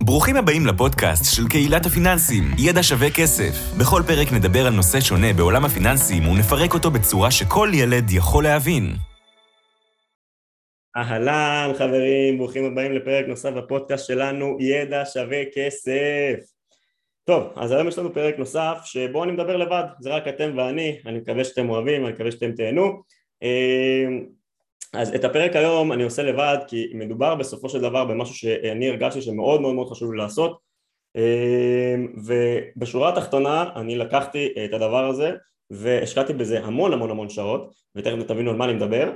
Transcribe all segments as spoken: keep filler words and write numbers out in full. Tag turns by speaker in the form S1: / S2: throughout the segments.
S1: ברוכים הבאים לפודקאסט של קהילת הפיננסים, ידע שווה כסף. בכל פרק נדבר על נושא שונה בעולם הפיננסים ונפרק אותו בצורה שכל ילד יכול להבין.
S2: אהלן חברים, ברוכים הבאים לפרק נוסף בפודקאסט שלנו, ידע שווה כסף. טוב, אז היום יש לנו פרק נוסף שבו אני מדבר לבד, זה רק אתם ואני, אני מקווה שאתם אוהבים, אני מקווה שאתם תהנו. אז את הפרק היום אני עושה לבד כי מדובר בסופו של דבר במשהו שאני הרגשתי שמאוד מאוד מאוד חשוב לי לעשות, ובשורה התחתונה אני לקחתי את הדבר הזה והשקעתי בזה המון המון המון שעות, ותכף תבינו על מה אני מדבר.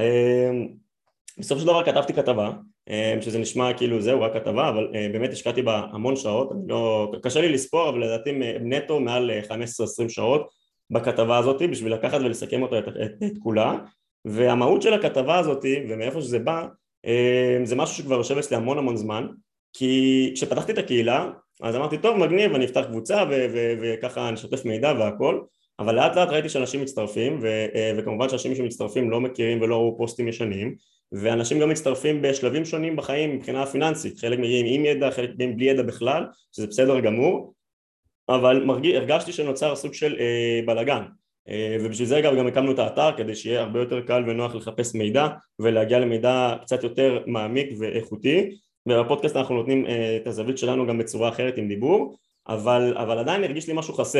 S2: בסופו של דבר כתבתי כתבה, שזה נשמע כאילו זהו רק כתבה, אבל באמת השקעתי בה המון שעות, לא, קשה לי לספור, אבל לדעתי נטו מעל חמש עשרה עשרים שעות בכתבה הזאת בשביל לקחת ולסכם אותה את, את, את כולה. והמהות של הכתבה הזאת ומאיפה שזה בא, זה משהו שכבר יושב אצלי המון המון זמן, כי כשפתחתי את הקהילה אז אמרתי טוב מגניב אני אפתח קבוצה ו- ו- וככה נשתף מידע והכל, אבל לאט לאט ראיתי שאנשים מצטרפים ו- וכמובן שאנשים שמצטרפים לא מכירים ולא ראו פוסטים ישנים, ואנשים גם מצטרפים בשלבים שונים בחיים מבחינה פיננסית, חלק מגיעים עם ידע, חלק מגיעים בלי ידע בכלל, שזה בסדר גמור, אבל מרגיש, הרגשתי שנוצר סוג של אה, בלגן, ובשביל זה גם הקמנו את האתר כדי שיהיה הרבה יותר קל ונוח לחפש מידע ולהגיע למידע קצת יותר מעמיק ואיכותי, ובפודקאסט אנחנו נותנים את הזווית שלנו גם בצורה אחרת עם דיבור, אבל, אבל עדיין הרגיש לי משהו חסר,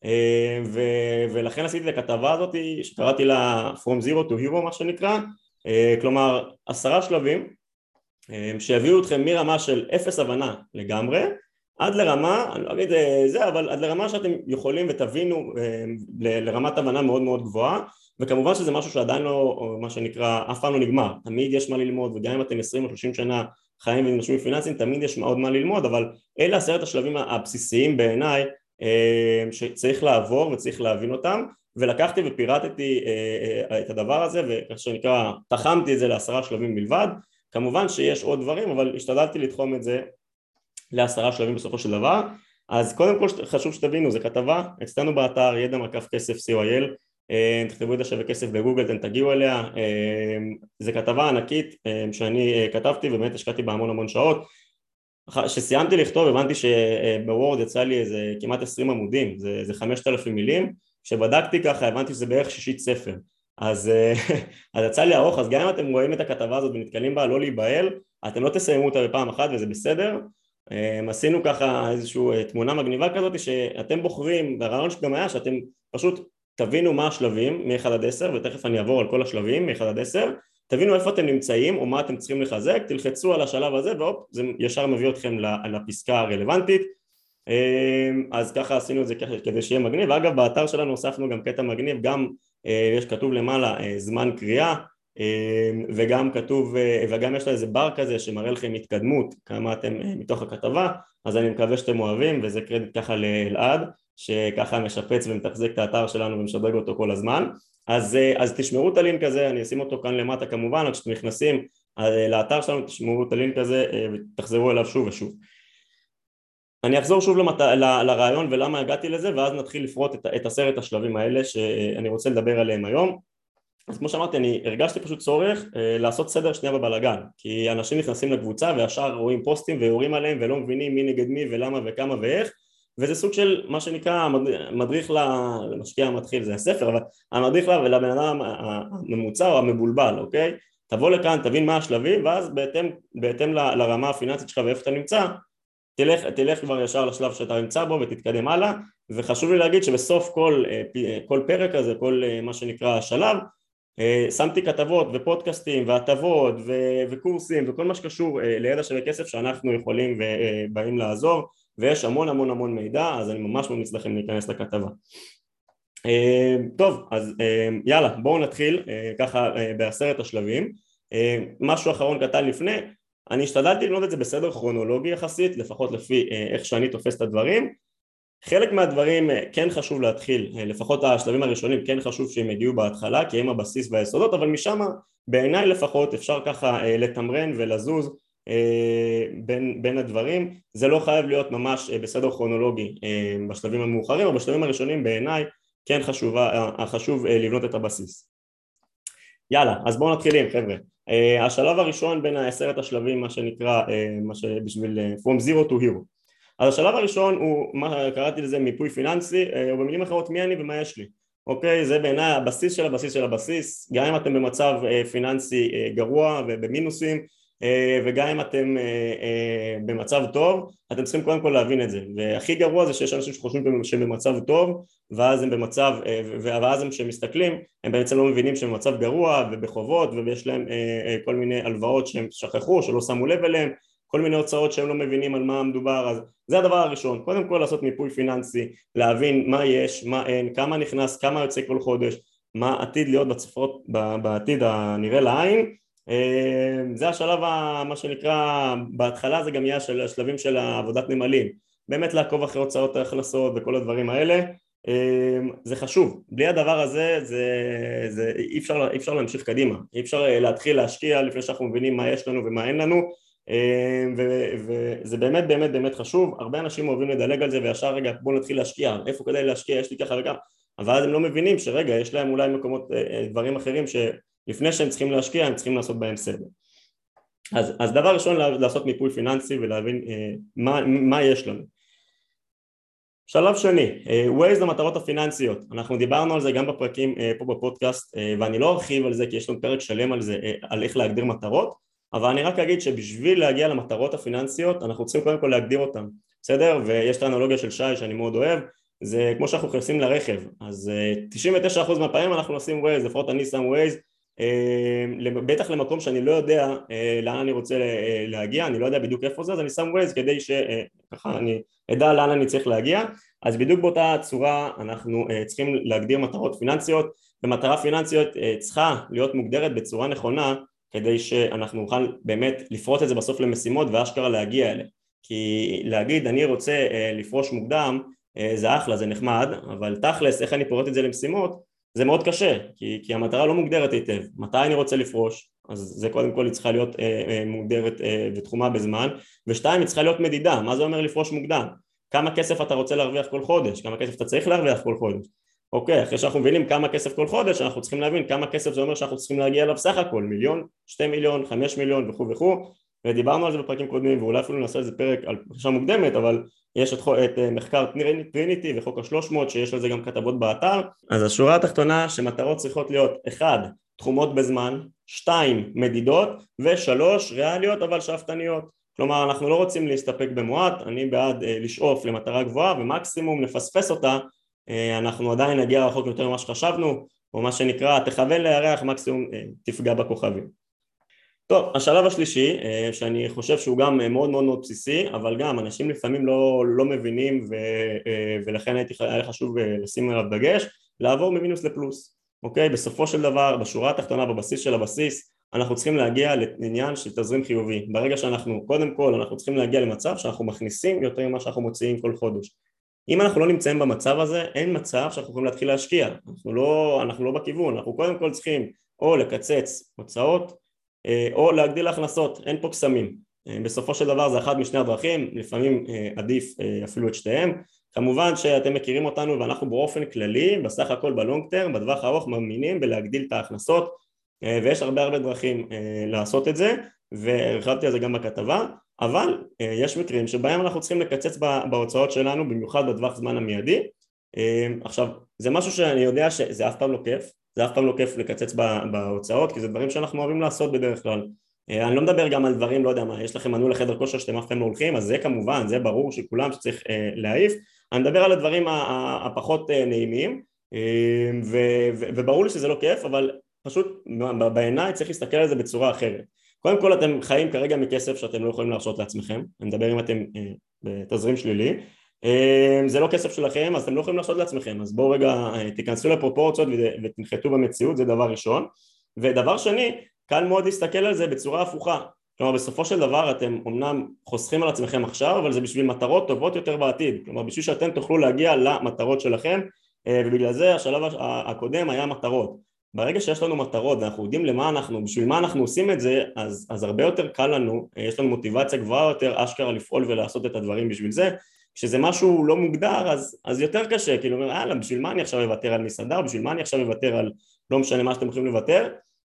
S2: ו, ולכן עשיתי את הכתבה הזאת שקראתי לה From Zero to Hero מה שנקרא, כלומר עשרה שלבים שיביאו אתכם מרמה של אפס הבנה לגמרי עד לרמה, אני לא אגיד זה, אבל עד לרמה שאתם יכולים ותבינו לרמת הבנה מאוד מאוד גבוהה, וכמובן שזה משהו שעדיין לא, מה שנקרא, אף פעם לא נגמר, תמיד יש מה ללמוד, וגם אם אתם עשרים או שלושים שנה חיים ונושמים פיננסיים, תמיד יש עוד מה ללמוד, אבל אלה עשרת השלבים הבסיסיים בעיניי שצריך לעבור וצריך להבין אותם, ולקחתי ופירטתי את הדבר הזה, וכך שנקרא, תחמתי את זה לעשרה שלבים בלבד, כמובן שיש עוד דברים, אבל השתדלתי לתחום את זה לעשרה שלבים בסופו של דבר. אז קודם כל חשוב שתבינו, זה כתבה, אצלנו באתר ידע מקף כסף סי או איי אל, תכתבו ידע שווה כסף בגוגל, אתם תגיעו אליה, זה כתבה ענקית שאני כתבתי ובאמת השקעתי בה המון המון שעות, כשסיימתי לכתוב הבנתי שבוורד יצא לי איזה כמעט עשרים עמודים, זה, זה חמשת אלפים מילים, כשבדקתי ככה הבנתי שזה בערך שישית ספר, אז, אז יצא לי ארוך, אז גם אם אתם רואים את הכתבה הזאת ונתקלים בה לא להיבהל, אתם לא תסיימו אותה בפעם אחת וזה בסדר. עשינו ככה איזושהי תמונה מגניבה כזאת שאתם בוחרים, והרעיון שגם היה שאתם פשוט תבינו מה השלבים מ-אחד עד עשר, ותכף אני אעבור על כל השלבים מ-אחד עד עשר, תבינו איפה אתם נמצאים או מה אתם צריכים לחזק, תלחצו על השלב הזה והופ, זה ישר מביא אתכם לפסקה הרלוונטית. אז ככה עשינו את זה כדי שיהיה מגניב, ואגב באתר שלנו הוספנו גם קטע מגניב, גם יש כתוב למעלה זמן קריאה, וגם כתוב, וגם יש לה איזה בר כזה שמראה לכם התקדמות כמה אתם מתוך הכתבה, אז אני מקווה שאתם אוהבים, וזה קרדיט ככה לאלעד שככה משפץ ומתחזק את האתר שלנו ומשדרג אותו כל הזמן. אז, אז תשמרו את הלינק הזה, אני אשים אותו כאן למטה כמובן, עד שאתם נכנסים לאתר שלנו תשמרו את הלינק הזה ותחזרו אליו שוב ושוב. אני אחזור שוב למת... ל... לרעיון ולמה הגעתי לזה, ואז נתחיל לפרוט את, את עשרת השלבים האלה שאני רוצה לדבר עליהם היום. אז כמו שאמרתי, אני הרגשתי פשוט צורך אה, לעשות סדר שנייה בבלגן, כי אנשים נכנסים לקבוצה והשאר רואים פוסטים ויורים עליהם ולא מבינים מי נגד מי ולמה וכמה ואיך, וזה סוג של מה שנקרא מדריך למשקיע המתחיל, זה הספר, אבל המדריך לבן אדם הממוצע או המבולבל, אוקיי? תבוא לכאן, תבין מה השלבים, ואז בהתאם, בהתאם ל, לרמה הפיננסית שלך ואיפה אתה נמצא, תלך, תלך כבר ישר לשלב שאתה נמצא בו ותתקדם הלאה. וחשוב לי להגיד שבסוף כל, כל פרק הזה, כל מה שנקרא שלב, שמתי כתבות ופודקאסטים והטבות וקורסים וכל מה שקשור לידע שווה כסף שאנחנו יכולים ובאים לעזור, ויש המון המון המון מידע, אז אני ממש ממליץ לכם להיכנס לכתבה. טוב, אז יאללה, בואו נתחיל ככה בעשרת השלבים. משהו אחרון קטן לפני, אני השתדלתי ללמוד את זה בסדר כרונולוגי יחסית, לפחות לפי איך שאני תופס את הדברים. חלק מהדברים כן חשוב להתחיל, לפחות השלבים הראשונים כן חשוב שהם יגיעו בהתחלה, כי הם הבסיס והיסודות, אבל משם בעיניי לפחות אפשר ככה לתמרן ולזוז בין, בין הדברים. זה לא חייב להיות ממש בסדר כרונולוגי בשלבים המאוחרים, אבל בשלבים הראשונים בעיניי כן חשובה, חשוב לבנות את הבסיס. יאללה, אז בואו נתחילים חבר'ה. Uh, השלב הראשון בין עשרת השלבים, מה שנקרא, uh, מה שבשביל uh, From Zero to Hero. אז השלב הראשון הוא, מה קראתי לזה, מיפוי פיננסי, uh, ובמילים אחרות מי אני ומה יש לי. אוקיי, זה בעיניי הבסיס של הבסיס של הבסיס, גם אם אתם במצב uh, פיננסי uh, גרוע ובמינוסים, uh, וגם אם אתם uh, uh, במצב טוב, אתם צריכים קודם כל להבין את זה. והכי גרוע זה שיש אנשים שחושבים שהם במצב טוב, ואז הם במצב, uh, ואז הם שמסתכלים, הם בעצם לא מבינים שהם במצב גרוע ובחובות, ויש להם uh, uh, כל מיני הלוואות שהם שכחו, שלא שמו לב אליהם, כל מיני הוצאות שהם לא מבינים על מה מדובר. אז זה הדבר הראשון, קודם כל לעשות מיפוי פיננסי, להבין מה יש, מה אין, כמה נכנס, כמה יוצא כל חודש, מה עתיד להיות בצפרות, בעתיד הנראה לעין. זה השלב, מה שנקרא, בהתחלה זה גם יהיה של השלבים של עבודת נמלים, באמת לעקוב אחרי הוצאות ההכנסות וכל הדברים האלה. זה חשוב, בלי הדבר הזה זה, זה, אי אפשר, אי אפשר להמשיך קדימה, אי אפשר להתחיל להשקיע לפני שאנחנו מבינים מה יש לנו ומה אין לנו, וזה באמת באמת באמת חשוב. הרבה אנשים אוהבים לדלג על זה וישר רגע בואו נתחיל להשקיע, איפה כדאי להשקיע, יש לי ככה וגם, אבל הם לא מבינים שרגע יש להם אולי מקומות, דברים אחרים שלפני שהם צריכים להשקיע הם צריכים לעשות בהם סדר. אז, אז דבר ראשון לעשות מיפוי פיננסי ולהבין מה, מה יש לנו. שלב שני, Waze למטרות הפיננסיות, אנחנו דיברנו על זה גם בפרקים פה בפודקאסט, ואני לא ארחיב על זה כי יש לנו פרק שלם על זה, על איך להגדיר מטרות, אבל אני רק אגיד שבשביל להגיע למטרות הפיננסיות אנחנו צריכים קודם כל להגדיר אותן, בסדר? ויש את האנלוגיה של שי שאני מאוד אוהב, זה כמו שאנחנו נכנסים לרכב, אז תשעים ותשעה אחוז מהפעמים אנחנו נשים Waze, לפחות אני שם Waze, בטח למקום שאני לא יודע לאן אני רוצה להגיע, אני לא יודע בדיוק איפה זה, אז אני שם Waze כדי שככה אני אדע לאן אני צריך להגיע. אז בדיוק באותה צורה אנחנו צריכים להגדיר מטרות פיננסיות, ומטרה פיננסיות צריכה להיות מוגדרת בצורה נכונה כדי שאנחנו נוכל באמת לפרוט את זה בסוף למשימות ואשכרה להגיע אליהם. כי להגיד אני רוצה לפרוש מוקדם זה אחלה, זה נחמד, אבל תכלס איך אני פורט את זה למשימות זה מאוד קשה, כי, כי המטרה לא מוגדרת היטב. מתי אני רוצה לפרוש? אז זה קודם כל היא צריכה להיות אה, אה, מוגדרת אה, ותחומה בזמן, ושתיים היא צריכה להיות מדידה. מה זה אומר לפרוש מוקדם? כמה כסף אתה רוצה להרוויח כל חודש? כמה כסף אתה צריך להרוויח כל חודש? אוקיי, אחרי שאנחנו מבינים כמה כסף כל חודש, אנחנו צריכים להבין כמה כסף זה אומר שאנחנו צריכים להגיע אליו סך הכל, מיליון, שתי מיליון, חמש מיליון וכו' וכו', ודיברנו על זה בפרקים קודמים, ואולי אפילו נעשה איזה פרק על פרישה מוקדמת, אבל יש את, את מחקר טריניטי וחוק השלוש מאות שיש על זה גם כתבות באתר. אז השורה התחתונה שמטרות צריכות להיות אחד, תחומות בזמן, שתיים, מדידות, ושלוש, ריאליות אבל שאפתניות. כלומר אנחנו לא רוצים להסתפק במועט, אני בעד אה, לשאוף למטרה גבוהה ומקסימום נפספס אותה, אה, אנחנו עדיין נגיע רחוק יותר ממה שחשבנו, או מה שנקרא תכוון לירח, מקסימום אה, תפגע בכוכבים. טוב, השלב השלישי, שאני חושב שהוא גם מאוד מאוד מאוד בסיסי, אבל גם אנשים לפעמים לא, לא מבינים ו, ולכן הייתי, היה חשוב לשים עליו דגש, לעבור ממינוס לפלוס, אוקיי? בסופו של דבר, בשורה התחתונה, בבסיס של הבסיס, אנחנו צריכים להגיע לעניין של תזרים חיובי. ברגע שאנחנו, קודם כל, אנחנו צריכים להגיע למצב שאנחנו מכניסים יותר ממה שאנחנו מוציאים כל חודש. אם אנחנו לא נמצאים במצב הזה, אין מצב שאנחנו יכולים להתחיל להשקיע. אנחנו לא, אנחנו לא בכיוון, אנחנו קודם כל צריכים או לקצץ הוצאות, או להגדיל הכנסות, אין פה קסמים. בסופו של דבר זה אחד משני הדרכים, לפעמים עדיף אפילו את שתיהם. כמובן שאתם מכירים אותנו ואנחנו באופן כללי, בסך הכל בלונג טרם, בטווח הארוך מאמינים בלהגדיל את ההכנסות, ויש הרבה הרבה דרכים לעשות את זה, והרחבתי על זה גם בכתבה, אבל יש מקרים שבהם אנחנו צריכים לקצץ בהוצאות שלנו, במיוחד בטווח זמן המיידי. עכשיו, זה משהו שאני יודע שזה אף פעם לא כיף, זה אף פעם לא כיף לקצץ בהוצאות, כי זה דברים שאנחנו אוהבים לעשות בדרך כלל. אני לא מדבר גם על דברים, לא יודע מה, יש לכם מנוי לחדר כושר שאתם אף פעם לא הולכים, אז זה כמובן, זה ברור שכולם שצריך להעיף. אני מדבר על הדברים הפחות נעימים, וברור לי שזה לא כיף, אבל פשוט בעיניי צריך להסתכל על זה בצורה אחרת. קודם כל אתם חיים כרגע מכסף שאתם לא יכולים להרשות לעצמכם, אני מדבר אם אתם בתזרים שלילי, זה לא כסף שלכם אז אתם לא יכולים להרשות לעצמכם, אז בואו רגע תיכנסו לפרופורציות ותנחתו במציאות, זה דבר ראשון. ודבר שני, קל מאוד להסתכל על זה בצורה הפוכה, כלומר בסופו של דבר אתם אמנם חוסכים על עצמכם עכשיו, אבל זה בשביל מטרות טובות יותר בעתיד, כלומר בשביל שאתם תוכלו להגיע למטרות שלכם, ובגלל זה השלב הקודם היה מטרות. ברגע שיש לנו מטרות ואנחנו יודעים למה אנחנו, בשביל מה אנחנו עושים את זה, אז, אז הרבה יותר קל לנו, יש לנו מוטיבציה גבוהה יותר אשכרה לפעול ולעשות את הדברים בשביל זה. כשזה משהו לא מוגדר אז, אז יותר קשה, כאילו אומר, אה, בשביל מה אני עכשיו אוותר על מסעדה, בשביל מה אני עכשיו אוותר על לא משנה מה שאתם יכולים לוותר,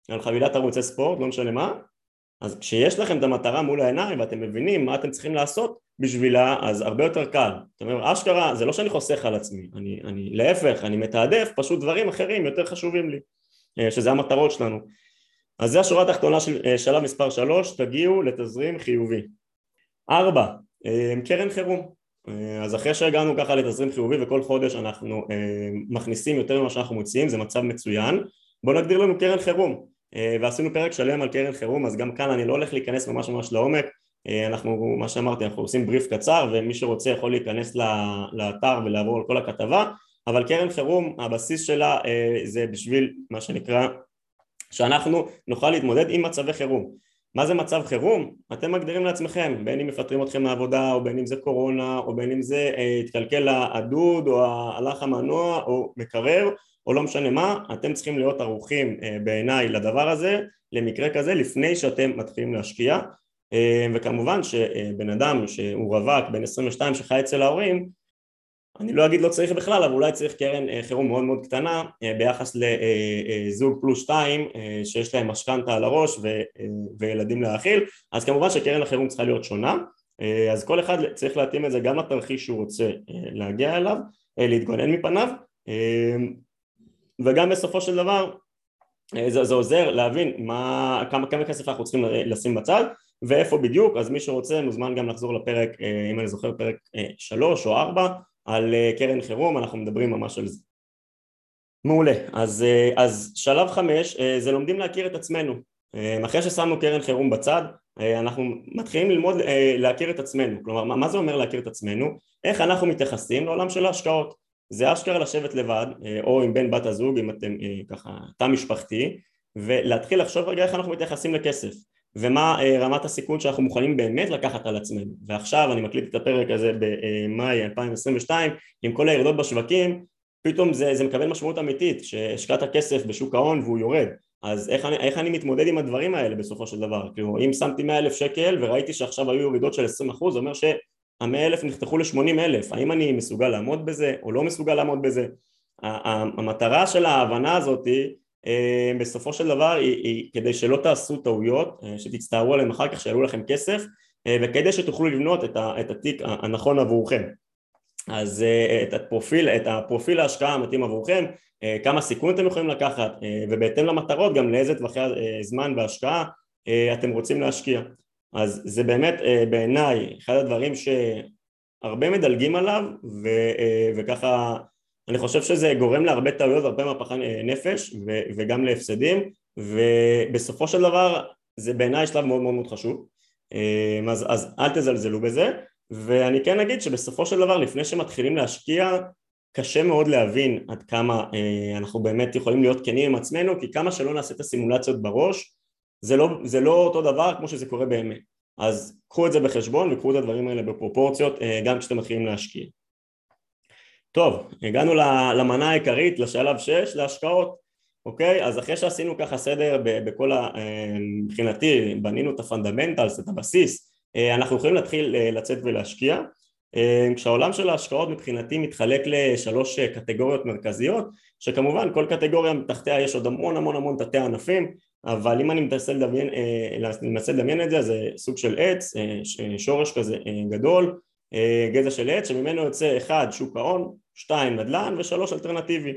S2: על חבילת ערוצי ספורט, לא משנה מה, אז כשיש לכם את המטרה מול העיניים ואתם מבינים מה אתם צריכים לעשות בשבילה, אז הרבה יותר קל. זאת אומרת, אשכרה, זה לא שאני חוסך על עצמי, אני, אני להפך, אני מתעדף פשוט דברים אחרים יותר חשובים לי, שזה המטרות שלנו. אז זה השורה התחתונה של שלב מספר שלוש, תגיעו לתזרים חיובי. ארבע, קרן חירום. אז אחרי שהגענו ככה לתזרים חיובי וכל חודש אנחנו מכניסים יותר ממה שאנחנו מוציאים, זה מצב מצוין, בואו נגדיר לנו קרן חירום. ועשינו פרק שלם על קרן חירום, אז גם כאן אני לא הולך להיכנס ממש ממש לעומק, אנחנו, מה שאמרתי, אנחנו עושים בריף קצר, ומי שרוצה יכול להיכנס לאתר ולעבור על כל הכתבה, אבל קרן חירום, הבסיס שלה זה בשביל מה שנקרא, שאנחנו נוכל להתמודד עם מצבי חירום. מה זה מצב חירום? אתם מגדירים לעצמכם, בין אם מפטרים אתכם מהעבודה, או בין אם זה קורונה, או בין אם זה התקלקל הדוד, או הלך המנוע, או מקרר, או לא משנה מה, אתם צריכים להיות ערוכים בעיניי לדבר הזה, למקרה כזה, לפני שאתם מתחילים להשקיע, וכמובן שבן אדם שהוא רווק בין עשרים ושתיים שחי אצל ההורים, אני לא אגיד לא צריך בכלל, אבל אולי צריך קרן חירום מאוד מאוד קטנה ביחס לזוג פלוס שתיים שיש להם משכנתה על הראש וילדים להאכיל, אז כמובן שקרן החירום צריכה להיות שונה, אז כל אחד צריך להתאים את זה גם לתרחיש שהוא רוצה להגיע אליו, להתגונן מפניו, וגם בסופו של דבר זה, זה עוזר להבין מה, כמה, כמה כסף אנחנו צריכים לשים בצד ואיפה בדיוק, אז מי שרוצה מוזמן גם לחזור לפרק, אם אני זוכר פרק שלוש או ארבע, על קרן חירום, אנחנו מדברים ממש על זה. מעולה, אז, אז שלב חמש זה לומדים להכיר את עצמנו. אחרי ששמנו קרן חירום בצד, אנחנו מתחילים ללמוד להכיר את עצמנו. כלומר, מה זה אומר להכיר את עצמנו? איך אנחנו מתייחסים לעולם של ההשקעות. זה אשכרה לשבת לבד, או עם בן בת הזוג, אם אתם ככה תא משפחתי, ולהתחיל לחשוב רגע איך אנחנו מתייחסים לכסף. ומה רמת הסיכון שאנחנו מוכנים באמת לקחת על עצמנו. ועכשיו אני מקליט את הפרק הזה במאי אלפיים עשרים ושתיים, עם כל הירידות בשווקים, פתאום זה, זה מקבל משמעות אמיתית, שהשקעת הכסף בשוק ההון והוא יורד. אז איך אני, איך אני מתמודד עם הדברים האלה בסופו של דבר? כאילו, אם שמתי מאה אלף שקל וראיתי שעכשיו היו ירידות של עשרים אחוז, זה אומר שה-מאה אלף נחתכו ל-שמונים אלף. האם אני מסוגל לעמוד בזה או לא מסוגל לעמוד בזה? המטרה של ההבנה הזאת היא, בסופו של דבר היא, היא כדי שלא תעשו טעויות, שתצטערו עליהם אחר כך, שיעלו לכם כסף, וכדי שתוכלו לבנות את, ה, את התיק הנכון עבורכם. אז את הפרופיל, את הפרופיל ההשקעה המתאים עבורכם, כמה סיכון אתם יכולים לקחת, ובהתאם למטרות גם לאיזה טווחי זמן בהשקעה אתם רוצים להשקיע. אז זה באמת בעיניי אחד הדברים שהרבה מדלגים עליו, ו, וככה אני חושב שזה גורם להרבה טעויות והרבה מהפכה נפש ו, וגם להפסדים, ובסופו של דבר זה בעיניי שלב מאוד מאוד מאוד חשוב, אז, אז אל תזלזלו בזה. ואני כן אגיד שבסופו של דבר לפני שמתחילים להשקיע קשה מאוד להבין עד כמה אה, אנחנו באמת יכולים להיות כנים עם עצמנו, כי כמה שלא נעשה את הסימולציות בראש זה לא, זה לא אותו דבר כמו שזה קורה באמת. אז קחו את זה בחשבון וקחו את הדברים האלה בפרופורציות אה, גם כשאתם מתחילים להשקיע. טוב, הגענו למנה העיקרית, לשלב שש, להשקעות. אוקיי, אז אחרי שעשינו ככה סדר בכל ה... מבחינתי בנינו את הפונדמנטלס, את הבסיס, אנחנו יכולים להתחיל לצאת ולהשקיע. כשהעולם של ההשקעות מבחינתי מתחלק לשלוש קטגוריות מרכזיות, שכמובן כל קטגוריה מתחתיה יש עוד המון המון המון תתי ענפים, אבל אם אני מנסה לדמיין, מנסה לדמיין את זה, זה סוג של עץ, שורש כזה גדול, גזע של עץ, שממנו יוצא אחד שוק ההון, שתיים נדל"ן ושלוש אלטרנטיבי.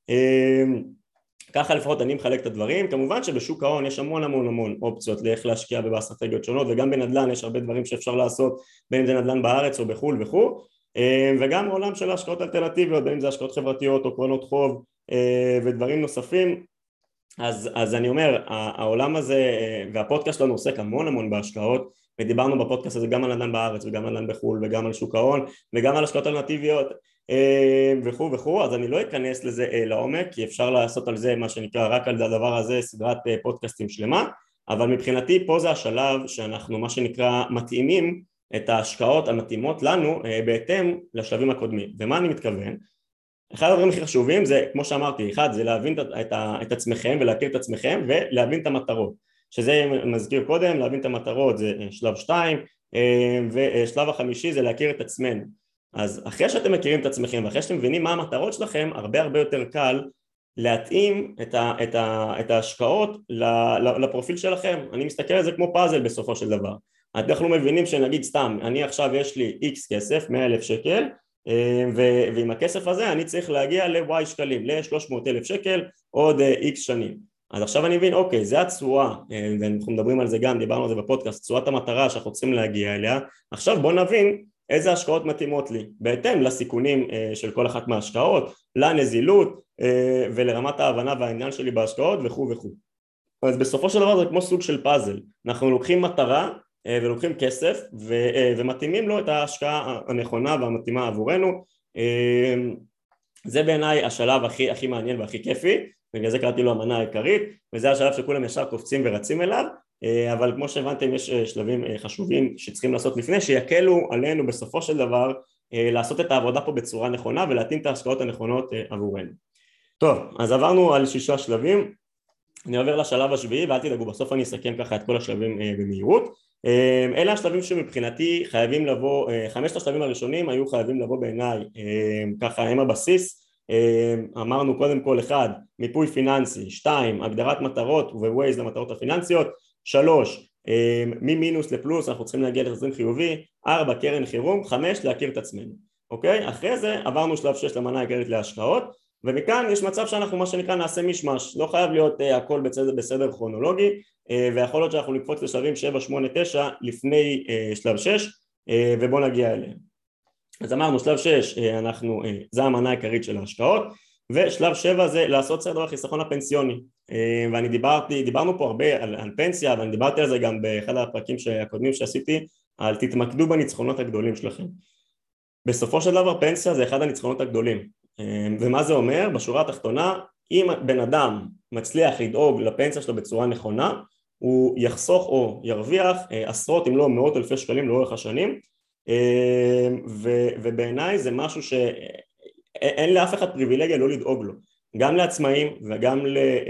S2: ככה לפחות אני מחלק את הדברים. כמובן שבשוק ההון יש המון המון המון אופציות לאיך להשקיע באסטרטגיות שונות, וגם בנדל"ן יש הרבה דברים שאפשר לעשות, בין אם זה נדל"ן בארץ או בחול וכו', וגם העולם של ההשקעות אלטרנטיביות, בין אם זה השקעות חברתיות או קרנות חוב ודברים נוספים. אז, אז אני אומר, העולם הזה, והפודקאסט שלנו עוסק המון המון בהשקעות, ודיברנו בפודקאסט הזה גם על נדל"ן בארץ וגם על נדל"ן בחול וגם על שוק ההון וגם על השקעות אלטרנטיביות וכו' וכו', אז אני לא אכנס לזה לעומק, כי אפשר לעשות על זה מה שנקרא רק על הדבר הזה סדרת פודקאסטים שלמה, אבל מבחינתי פה זה השלב שאנחנו מה שנקרא מתאימים את ההשקעות המתאימות לנו בהתאם לשלבים הקודמים. ומה אני מתכוון? אחד הדברים הכי חשובים זה, כמו שאמרתי, אחד זה להבין את, את עצמכם ולהכיר את עצמכם ולהבין את המטרות, שזה מזכיר קודם, להבין את המטרות זה שלב שתיים, ושלב החמישי זה להכיר את עצמנו. אז אחרי שאתם מכירים את עצמכם ואחרי שאתם מבינים מה המטרות שלכם, הרבה הרבה יותר קל להתאים את, ה, את, ה, את ההשקעות לפרופיל שלכם. אני מסתכל על זה כמו פאזל בסופו של דבר. אנחנו מבינים שנגיד סתם, אני עכשיו יש לי X כסף, מאה אלף שקל, ועם הכסף הזה אני צריך להגיע ל-Y שקלים, ל-שלוש מאות אלף שקל עוד X שנים. אז עכשיו אני מבין, אוקיי, זה הצורה, ואנחנו מדברים על זה גם, דיברנו על זה בפודקאסט, צורת המטרה שאנחנו רוצים להגיע אליה. עכשיו בוא נבין איזה השקעות מתאימות לי, בהתאם לסיכונים של כל אחת מההשקעות, לנזילות ולרמת ההבנה והעניין שלי בהשקעות וכו' וכו'. אז בסופו של דבר זה כמו סוג של פאזל, אנחנו לוקחים מטרה ולוקחים כסף ומתאימים לו את ההשקעה הנכונה והמתאימה עבורנו. זה בעיניי השלב הכי, הכי מעניין והכי כיפי, בגלל זה קראתי לו המנה העיקרית, וזה השלב שכולם ישר קופצים ורצים אליו, אבל כמו שהבנתם יש שלבים חשובים שצריכים לעשות לפני, שיקלו עלינו בסופו של דבר לעשות את העבודה פה בצורה נכונה ולהתאים את ההשקעות הנכונות עבורנו. טוב, אז עברנו על שישה שלבים, אני עובר לשלב השביעי ואל תדאגו, בסוף אני אסכם ככה את כל השלבים במהירות. אלה השלבים שמבחינתי חייבים לבוא, חמשת השלבים הראשונים היו חייבים לבוא בעיניי, ככה הם הבסיס. אמרנו קודם כל אחד, מיפוי פיננסי, שתיים, הגדרת מטרות ו-Waze למטרות הפיננסיות, שלוש, ממינוס לפלוס, אנחנו צריכים להגיע לתזרים חיובי, ארבע, קרן חירום, חמש, להכיר את עצמנו, אוקיי? אחרי זה עברנו שלב שש למנה העיקרית להשקעות, ומכאן יש מצב שאנחנו מה שנקרא נעשה משמש, לא חייב להיות uh, הכל בסדר, בסדר כרונולוגי, uh, ויכול להיות שאנחנו נקפוץ לשלבים שבע, שמונה, תשע לפני uh, שלב שש, uh, ובוא נגיע אליהם. אז אמרנו שלב שש, uh, אנחנו, uh, זה המנה העיקרית של ההשקעות, ושלב שבע זה לעשות סדר החיסכון הפנסיוני, uh, ואני דיברתי, דיברנו פה הרבה על, על פנסיה, ואני דיברתי על זה גם באחד הפרקים הקודמים שעשיתי, על תתמקדו בניצחונות הגדולים שלכם. בסופו של דבר פנסיה זה אחד הניצחונות הגדולים, ומה זה אומר? בשורה התחתונה, אם בן אדם מצליח לדאוג לפנסיה שלו בצורה נכונה, הוא יחסוך או ירוויח עשרות אם לא מאות אלפי שקלים לאורך השנים, ובעיניי זה משהו שאין לאף אחד פריבילגיה לא לדאוג לו, גם לעצמאים וגם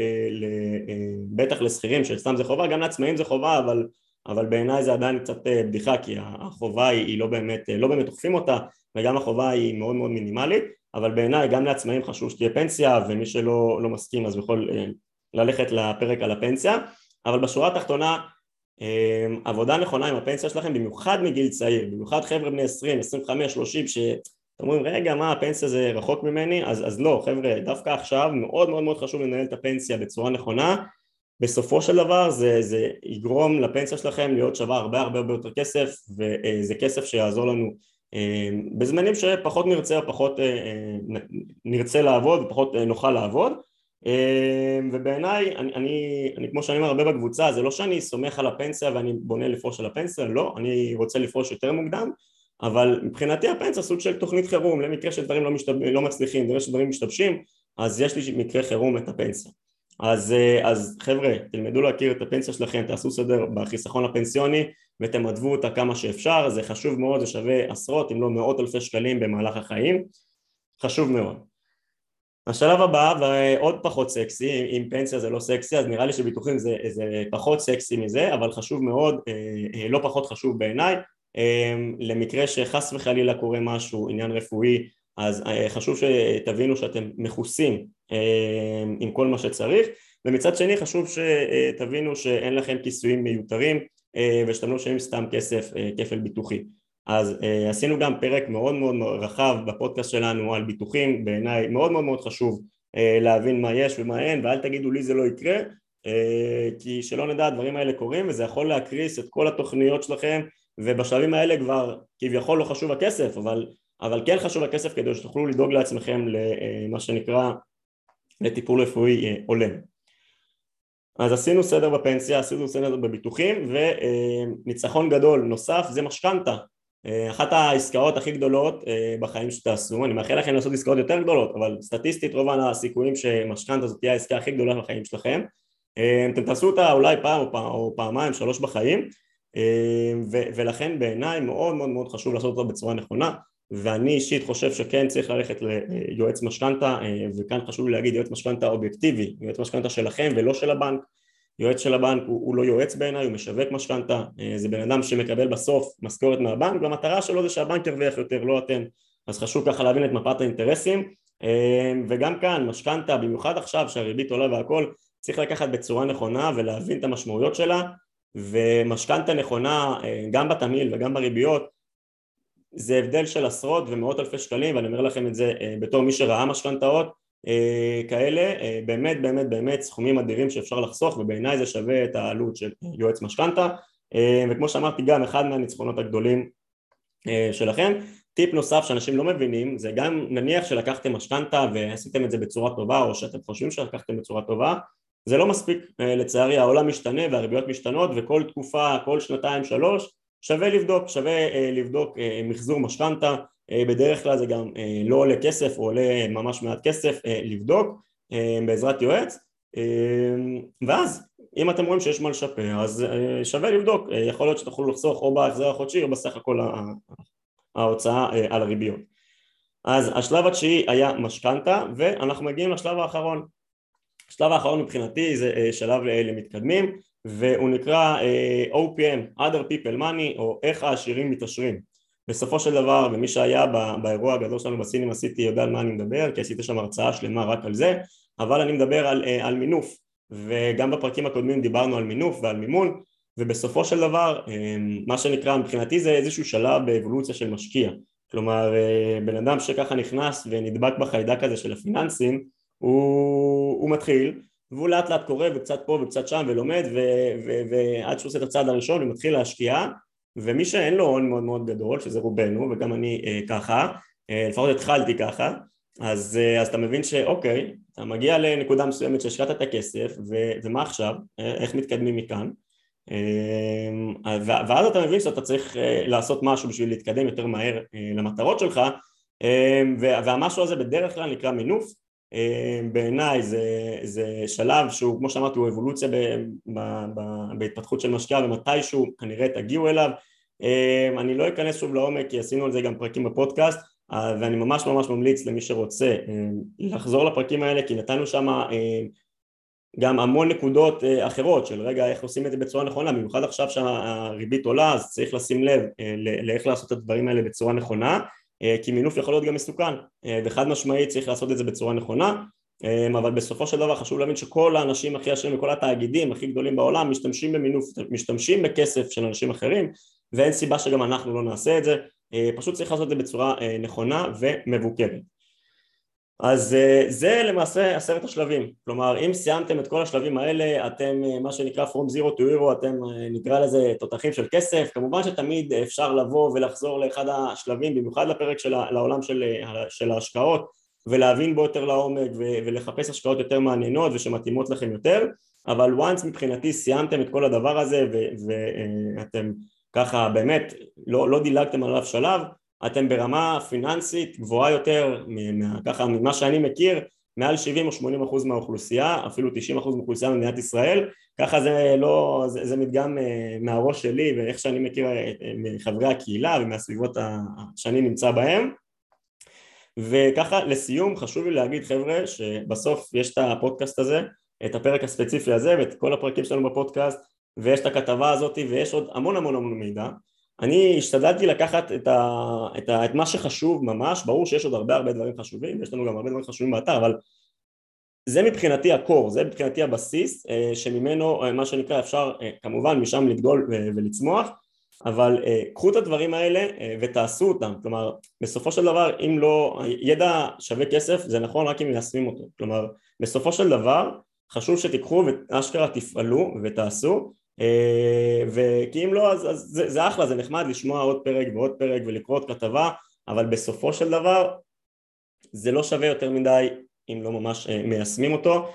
S2: בטח לשכירים שסתם זה חובה, גם לעצמאים זה חובה, אבל אבל בעיניי זה עדיין קצת בדיחה, כי החובה היא לא באמת, לא באמת אוכפים אותה, וגם החובה היא מאוד מאוד מינימלית, אבל בעיניי גם לעצמאים חשוב שתהיה פנסיה, ומי שלא לא מסכים אז יכול ללכת לפרק על הפנסיה, אבל בשורה התחתונה, עבודה נכונה עם הפנסיה שלכם, במיוחד מגיל צעיר, במיוחד חבר'ה בני עשרים, עשרים וחמש, שלושים, שאומרים רגע מה הפנסיה זה רחוק ממני, אז, אז לא חבר'ה, דווקא עכשיו מאוד מאוד מאוד חשוב לנהל את הפנסיה בצורה נכונה, בסופו של דבר זה, זה יגרום לפנסיה שלכם להיות שווה הרבה הרבה הרבה יותר כסף, וזה כסף שיעזור לנו בזמנים שפחות נרצה או פחות נרצה לעבוד ופחות נוכל לעבוד. ובעיניי אני, אני, אני כמו שאני אומר הרבה בקבוצה, זה לא שאני סומך על הפנסיה ואני בונה לפרוש על הפנסיה, לא, אני רוצה לפרוש יותר מוקדם, אבל מבחינתי הפנסיה סוג של תוכנית חירום, למקרה שדברים לא, משתב... לא מצליחים, למקרה שדברים משתבשים, אז יש לי מקרה חירום את הפנסיה. אז, אז חבר'ה, תלמדו להכיר את הפנסיה שלכם, תעשו סדר בחיסכון הפנסיוני ותמדבו אותה כמה שאפשר, זה חשוב מאוד, זה שווה עשרות אם לא מאות אלפי שקלים במהלך החיים, חשוב מאוד. השלב הבא, ועוד פחות סקסי, אם פנסיה זה לא סקסי, אז נראה לי שביטוחים זה, זה פחות סקסי מזה, אבל חשוב מאוד, לא פחות חשוב בעיניי, למקרה שחס וחלילה קורה משהו, עניין רפואי, אז חשוב שתבינו שאתם מכוסים עם כל מה שצריך, ומצד שני חשוב שתבינו שאין לכם כיסויים מיותרים ושאתם לא משלמים סתם כסף, כפל ביטוחי. אז עשינו גם פרק מאוד מאוד רחב בפודקאסט שלנו על ביטוחים, בעיניי מאוד מאוד מאוד חשוב להבין מה יש ומה אין, ואל תגידו לי זה לא יקרה, כי שלא נדע הדברים האלה קורים, וזה יכול להקריס את כל התוכניות שלכם, ובשלבים האלה כבר כביכול לא חשוב הכסף, אבל אבל כן חשוב הכסף כדי שתוכלו לדאוג לעצמכם למה שנקרא לטיפול רפואי הולם. אז עשינו סדר בפנסיה, עשינו סדר בביטוחים, וניצחון גדול נוסף זה משכנתה. אחת העסקאות הכי גדולות בחיים שתעשו, אני מאחל לכם לעשות עסקאות יותר גדולות, אבל סטטיסטית רוב הסיכויים שמשכנתה זאת תהיה העסקה הכי גדולה בחיים שלכם. אתם תעשו אותה אולי פעם או, פעם, או פעמיים, שלוש בחיים, ו- ולכן בעיניי מאוד מאוד מאוד חשוב לעשות אותה בצורה נכונה, ואני אישית חושב שכן צריך ללכת ליועץ משכנתה, וכאן חשוב לי להגיד יועץ משכנתה אובייקטיבי, יועץ משכנתה שלכם ולא של הבנק. יועץ של הבנק הוא, הוא לא יועץ בעיניי, הוא משווק משכנתה, זה בן אדם שמקבל בסוף משכורת מהבנק, והמטרה שלו זה שהבנק ירוויח יותר, לא אתם, אז חשוב ככה להבין את מפת האינטרסים, וגם כאן משכנתא, במיוחד עכשיו שהריבית עולה והכל, צריך לקחת בצורה נכונה ולהבין את המשמעויות שלה, ומשכנתא נכונה גם בתמהיל וגם בריביות זה הבדל של עשרות ומאות אלפי שקלים, ואני אומר לכם את זה בתור מי שראה משכנתאות כאלה, באמת באמת באמת סכומים אדירים שאפשר לחסוך, ובעיניי זה שווה את העלות של יועץ משכנתא, וכמו שאמרתי גם אחד מהניצחונות הגדולים שלכם. טיפ נוסף שאנשים לא מבינים זה גם נניח שלקחתם משכנתא ועשיתם את זה בצורה טובה, או שאתם חושבים שלקחתם בצורה טובה, זה לא מספיק, לצערי העולם משתנה והריביות משתנות, וכל תקופה, כל שנתיים שלוש שווה לבדוק, שווה לבדוק מחזור משכנתא, בדרך כלל זה גם לא עולה כסף או עולה ממש מעט כסף לבדוק בעזרת יועץ, ואז אם אתם רואים שיש מה לשפר אז שווה לבדוק, יכול להיות שתוכלו לחסוך או בהחזר החודשי או בסך הכל ההוצאה על הריביות. אז השלב התשיעי היה משכנתא, ואנחנו מגיעים לשלב האחרון. השלב האחרון מבחינתי זה שלב למתקדמים, והוא נקרא או פי אם, Other People Money, או איך העשירים מתעשרים. בסופו של דבר, ומי שהיה באירוע הגדול שלנו בסינמה סיטי יודע על מה אני מדבר, כי עשיתי שם הרצאה שלמה רק על זה, אבל אני מדבר על, על מינוף, וגם בפרקים הקודמים דיברנו על מינוף ועל מימון, ובסופו של דבר, מה שנקרא מבחינתי זה איזשהו שלב באבולוציה של משקיע. כלומר, בן אדם שככה נכנס ונדבק בחיידק הזה של הפיננסים, הוא, הוא מתחיל, והוא לאט לאט קורא וקצת פה וקצת שם ולומד, ו- ו- ועד שהוא עושה את הצעד הראשון הוא מתחיל להשקיע, ומי שאין לו הון מאוד מאוד גדול, שזה רובנו, וגם אני אה, ככה, אה, לפחות התחלתי ככה, אז, אה, אז אתה מבין שאוקיי, אתה מגיע לנקודה מסוימת שהשקעת את הכסף, ו- ומה עכשיו, אה, איך מתקדמים מכאן, אה, ואז אתה מבין שאתה צריך אה, לעשות משהו בשביל להתקדם יותר מהר אה, למטרות שלך, אה, והמשהו הזה בדרך כלל נקרא מינוף. בעיניי זה, זה שלב שהוא כמו שאמרתי הוא אבולוציה ב, ב, ב, בהתפתחות של משקיע, ומתישהו כנראה תגיעו אליו. אני לא אכנס שוב לעומק כי עשינו על זה גם פרקים בפודקאסט, ואני ממש ממש ממליץ למי שרוצה לחזור לפרקים האלה, כי נתנו שם גם המון נקודות אחרות של רגע איך עושים את זה בצורה נכונה, במיוחד עכשיו שהריבית עולה אז צריך לשים לב לאיך לעשות את הדברים האלה בצורה נכונה, כי מינוף יכול להיות גם מסוכן, וחד משמעית צריך לעשות את זה בצורה נכונה, אבל בסופו של דבר חשוב להבין שכל האנשים הכי עשירים וכל התאגידים הכי גדולים בעולם משתמשים במינוף, משתמשים בכסף של אנשים אחרים, ואין סיבה שגם אנחנו לא נעשה את זה, פשוט צריך לעשות את זה בצורה נכונה ומבוקרת. אז זה למעשה עשרת השלבים, כלומר אם סיימתם את כל השלבים האלה אתם מה שנקרא from zero to hero, אתם נקרא לזה תותחים של כסף. כמובן שתמיד אפשר לבוא ולחזור לאחד השלבים, במיוחד לפרק של לעולם של, של ההשקעות, ולהבין בו יותר לעומק ולחפש השקעות יותר מעניינות ושמתאימות לכם יותר, אבל once מבחינתי סיימתם את כל הדבר הזה ואתם ככה באמת לא, לא דילגתם עליו שלב, אתם ברמה פיננסית גבוהה יותר, ככה ממה שאני מכיר, מעל שבעים או שמונים אחוז מהאוכלוסייה, אפילו תשעים אחוז מהאוכלוסייה במדינת ישראל, ככה זה לא, זה, זה מדגם מהראש שלי ואיך שאני מכיר מחברי הקהילה ומהסביבות שאני נמצא בהם. וככה לסיום חשוב לי להגיד חבר'ה שבסוף יש את הפודקאסט הזה, את הפרק הספציפי הזה ואת כל הפרקים שלנו בפודקאסט, ויש את הכתבה הזאת ויש עוד המון המון המון מידע. אני השתדלתי לקחת את, ה, את, ה, את מה שחשוב ממש, ברור שיש עוד הרבה הרבה דברים חשובים, יש לנו גם הרבה דברים חשובים באתר, אבל זה מבחינתי הקור, זה מבחינתי הבסיס, שממנו מה שנקרא אפשר כמובן משם לגדול ולצמוח, אבל קחו את הדברים האלה ותעשו אותם, כלומר בסופו של דבר אם לא, ידע שווה כסף, זה נכון רק אם מיישמים אותו, כלומר בסופו של דבר חשוב שתיקחו ואשכרה תפעלו ותעשו, וכי אם לא אז, אז זה, זה אחלה, זה נחמד לשמוע עוד פרק ועוד פרק ולקרוא עוד כתבה, אבל בסופו של דבר זה לא שווה יותר מדי אם לא ממש מיישמים אותו,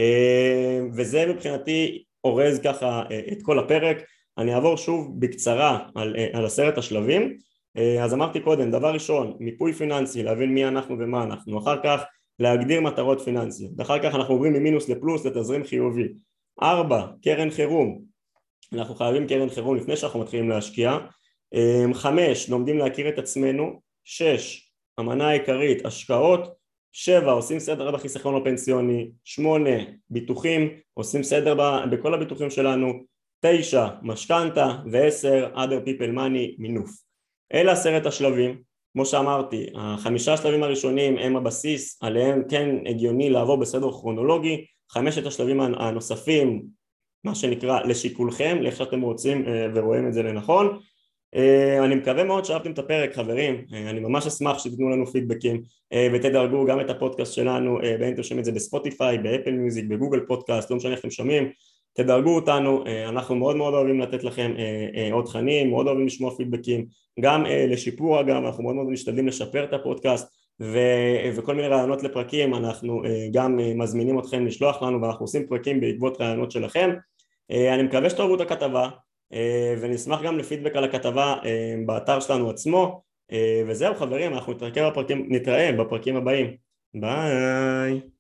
S2: וזה מבחינתי אורז ככה את כל הפרק. אני אעבור שוב בקצרה על, על עשרת השלבים. אז אמרתי קודם, דבר ראשון, מיפוי פיננסי, להבין מי אנחנו ומה אנחנו, אחר כך להגדיר מטרות פיננסיות, אחר כך אנחנו עוברים ממינוס לפלוס לתזרים חיובי. ארבע, קרן חירום, אנחנו חייבים קרן חירום לפני שאנחנו מתחילים להשקיע. חמש, לומדים להכיר את עצמנו. שש, המנה העיקרית, השקעות. שבע, עושים סדר בחיסכון הפנסיוני. שמונה, ביטוחים, עושים סדר בכל הביטוחים שלנו. תשע, משכנתא. ועשר, other people money, מינוף. אלה עשרת השלבים. כמו שאמרתי, החמישה השלבים הראשונים הם הבסיס, עליהם כן הגיוני לעבור בסדר כרונולוגי, חמשת השלבים הנוספים, מה שנקרא לשיקולכם, לאיך שאתם רוצים ורואים את זה לנכון. אני מקווה מאוד שאהבתם את הפרק, חברים, אני ממש אשמח שתתנו לנו פידבקים ותדרגו גם את הפודקאסט שלנו, בין אם אתם שומעים את זה בספוטיפיי, באפל מיוזיק, בגוגל פודקאסט, לא משנה איך אתם שומעים, תדרגו אותנו, אנחנו מאוד מאוד אוהבים לתת לכם עוד תכנים, מאוד אוהבים לשמוע פידבקים, גם לשיפור אגב, אנחנו מאוד מאוד משתדלים לשפר את הפודקאסט, ו- וכל מיני רעיונות לפרקים, אנחנו גם מזמינים אתכם לשלוח לנו, ואנחנו עושים פרקים בעקבות רעיונות שלכם. אני מקווה שתאהבו את הכתבה, ונשמח גם לפידבק על הכתבה באתר שלנו עצמו, וזהו חברים, אנחנו נתראה בפרקים, נתראה בפרקים הבאים, ביי.